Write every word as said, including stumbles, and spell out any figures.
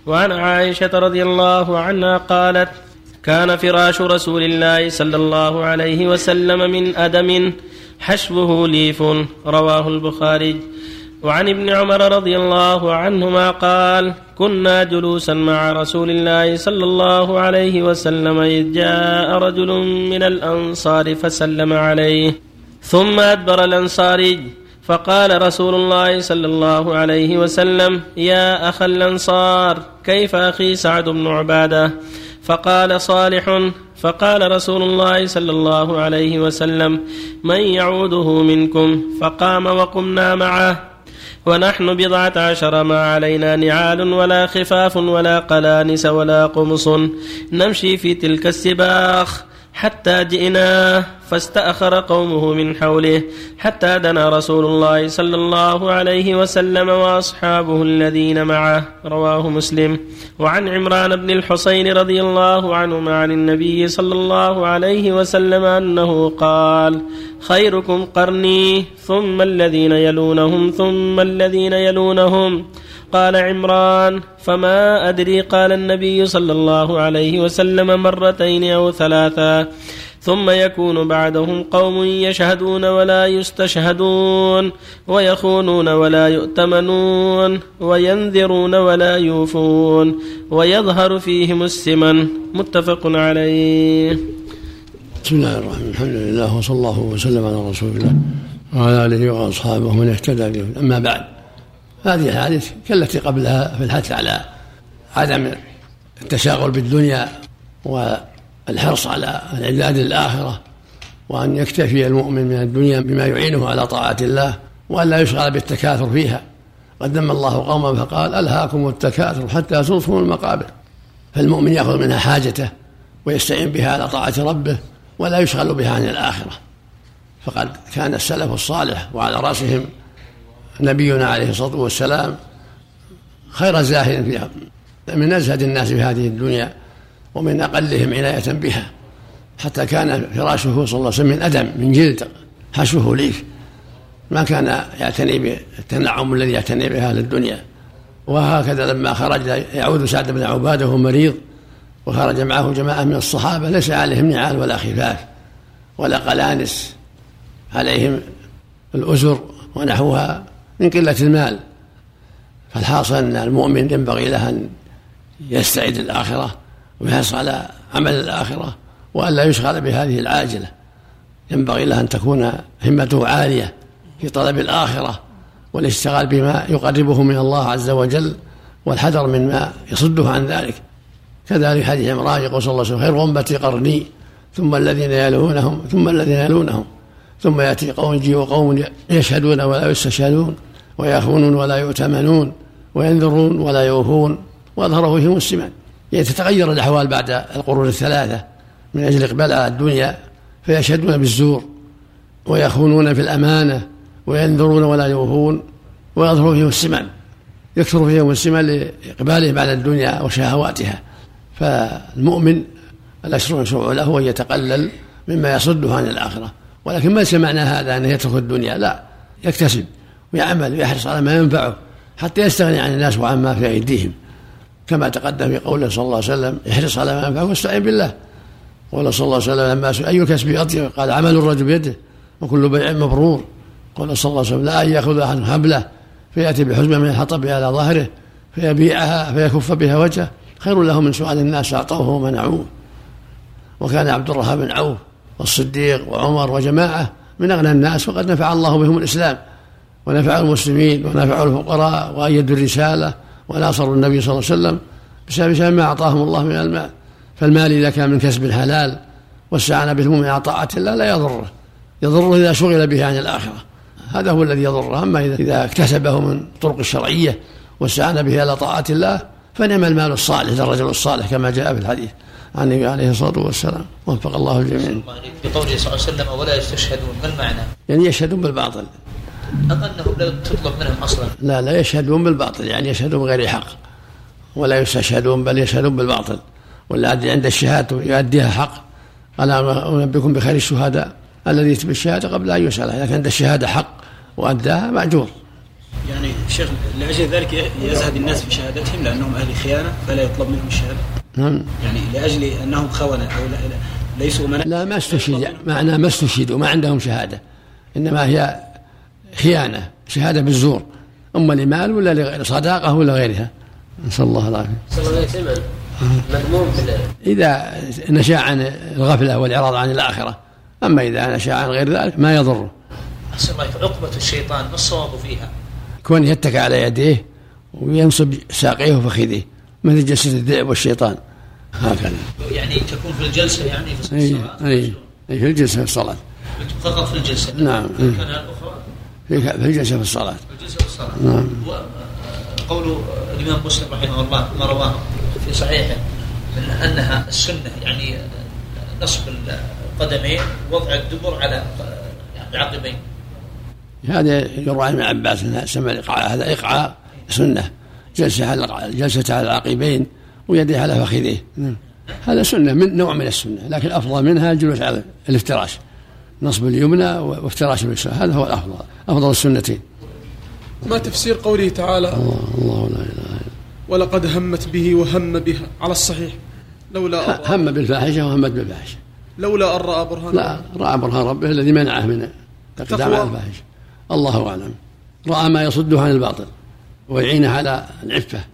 وعن عائشة رضي الله عنها قالت: كان فراش رسول الله صلى الله عليه وسلم من أدم حشوه ليف. رواه البخاري. وعن ابن عمر رضي الله عنهما قال: كنا جلوسا مع رسول الله صلى الله عليه وسلم إذ جاء رجل من الأنصار فسلم عليه، ثم أدبر الأنصاري، فقال رسول الله صلى الله عليه وسلم: يا أخ الأنصار، كيف أخي سعد بن عبادة؟ فقال: صالح. فقال رسول الله صلى الله عليه وسلم: من يعوده منكم؟ فقام وقمنا معه، ونحن بضعة عشر، ما علينا نعال ولا خفاف ولا قلانس ولا قمص، نمشي في تلك السباخ حتى جئناه، فاستأخر قومه من حوله حتى دنا رسول الله صلى الله عليه وسلم وأصحابه الذين معه. رواه مسلم. وعن عمران بن الحصين رضي الله عنهما عن النبي صلى الله عليه وسلم أنه قال: خيركم قرني، ثم الذين يلونهم، ثم الذين يلونهم. قال عمران: فما أدري. قال النبي صلى الله عليه وسلم: مرتين أو ثلاثا، ثم يكون بعدهم قوم يشهدون ولا يستشهدون، ويخونون ولا يؤتمنون، وينذرون ولا يوفون، ويظهر فيهم السمن. متفق عليه. بسم الله الرحمن الرحيم. الحمد لله، وصلى الله وسلم على رسول الله وعلى آله وأصحابه من اهتدى به. أما بعد، هذه الحادث كالتي قبلها في الحث على عدم التشاغل بالدنيا والحرص على الإعداد للآخرة، وأن يكتفي المؤمن من الدنيا بما يعينه على طاعة الله، وأن لا يشغل بالتكاثر فيها. قد ذم الله قوما فقال: ألهاكم التكاثر حتى زرتم المقابر. فالمؤمن يأخذ منها حاجته ويستعين بها على طاعة ربه، ولا يشغل بها عن الآخرة. فقد كان السلف الصالح وعلى رأسهم نبينا عليه الصلاة والسلام خير زاهد فيها، من أزهد الناس في هذه الدنيا ومن أقلهم عناية بها، حتى كان فراشه صلى الله عليه وسلم من أدم، من جلد حشوه ليف، ما كان يعتني بالتنعم الذي يعتني به أهل الدنيا. وهكذا لما خرج يعود سعد بن عبادة وهو مريض، وخرج معه جماعة من الصحابة ليس عليهم نعال ولا خفاف ولا قلانس، عليهم الأزر ونحوها من قلة المال. فالحاصل أن المؤمن ينبغي له أن يستعد الآخرة ويحرص على عمل الآخرة، وأن لا يشغل بهذه العاجلة. ينبغي له أن تكون همته عالية في طلب الآخرة والاشتغال بما يقربه من الله عز وجل، والحذر من ما يصده عن ذلك. كذلك حديث عمران يقول صلى الله عليه وسلم: خير أمتي قرني، ثم الذين يلونهم، ثم الذين يلونهم، ثم يأتي قوم يجيء قوم يشهدون ولا يستشهدون، ويخونون ولا يؤتمنون، وينذرون ولا يوفون، ويظهر فيهم السمن. يعني تتغير الأحوال بعد القرون الثلاثة من أجل الإقبال على الدنيا، فيشهدون بالزور، ويخونون في الأمانة، وينذرون ولا يوفون، ويظهر فيهم السمن، يكثر فيهم السمن لإقبالهم على الدنيا وشهواتها. فالمؤمن الأشر يشرع له أن يتقلل مما يصده عن الآخرة، ولكن ما معنى هذا أنه يترك الدنيا، لا، يكتسب ويعمل ويحرص على ما ينفعه حتى يستغني عن الناس وعن ما في أيديهم، كما تقدم في قوله صلى الله عليه وسلم: احرص على ما ينفعه واستعن بالله. قال صلى الله عليه وسلم لما سئل: أي كسب أطيب؟ قال: عمل الرجل بيده وكل بيع مبرور. قال صلى الله عليه وسلم: لا أن يأخذ أحد حبله فيأتي بحزمة من الحطب على ظهره فيبيعها فيكف بها وجهه، خير له من سؤال الناس أعطوه ومنعوه. وكان عبد الرحمن بن عوف والصديق وعمر وجماعة من أغنى الناس، وقد نفع الله بهم الإسلام ونفع المسلمين ونفع الفقراء وأيدوا الرسالة وناصروا النبي صلى الله عليه وسلم بسبب ما أعطاهم الله من المال. فالمال إذا كان من كسب الحلال واستعان بالمؤمن على طاعة الله لا يضره، يضره إذا شغل به عن الآخرة، هذا هو الذي يضره. أما إذا اكتسبه من طرق الشرعية واستعان به على طاعة الله فنعم المال الصالح للرجل الصالح، كما جاء في الحديث عن النبي عليه الصلاة والسلام. وفق الله الجميع. في قوله صلى الله عليه وسلم: ولا يستشهدون، ما المعنى؟ يعني يشهدون بالباطل، أظنهم لا تطلب منهم أصلا. لا لا يشهدون بالباطل، يعني يشهدون بغير حق، ولا يستشهدون بل يشهدون بالباطل. والذي عند الشهادة يؤديها حق. ألا أنبئكم بخير الشهداء الذي يتم الشهادة قبل أن يسألها، إذا كانت الشهادة حق وأداها مأجور. يعني شيخ لأجل ذلك يزهد الناس في شهادتهم لأنهم أهل خيانة فلا يطلب منهم الشهادة. نعم. يعني لأجل أنهم خونة أو لا ليسوا من لا ما استشهد معناه ما استشهدوا ما عندهم شهادة إنما هي خيانة شهادة بالزور أما لمال ولا لصداقة ولا غيرها. نسأل الله العافية. صلى الله عليه وسلم مذموم إذا نشأ عن الغفلة والإعراض عن الآخرة أما إذا نشأ عن غير ذلك ما يضره. أحسن الله. عقبة الشيطان ما الصواب فيها؟ كون يتكى على يديه وينصب ساقيه وفخذيه مثل جلسة الذئب والشيطان هكذا. يعني تكون في الجلسة يعني في الصلاة. أي أي في الجلسة في الصلاة. فقط في الجلسة. نعم. كان الأخرى. في الجلسة في الصلاة. في الجلسة في الصلاة. نعم. قول الإمام مسلم رحمه الله ما رواه في صحيحه من أنها السنة يعني نصب القدمين ووضع الدبر على العقبين. هذا يروى عن ابن عباس أنها سمى الإقعاء هذا إقعاء سنة جلسة على جلسة على العقبين ويديه على فخذيه. هذا سنة من نوع من السنة لكن أفضل منها الجلوس على الافتراش نصب اليمنى وافتراش اليسرى هذا هو الأفضل أفضل السنتين. ما تفسير قوله تعالى الله الله لا إله إلا ولقد همت به وهم بها على الصحيح لولا هم بالفاحشة وهمت بالفاحشة لولا أن رأى برهان لا رأى برهان ربه الذي منعه من تقدام على الفاحشة. الله أعلم. رأى ما يصده عن الباطل ويعينه على العفة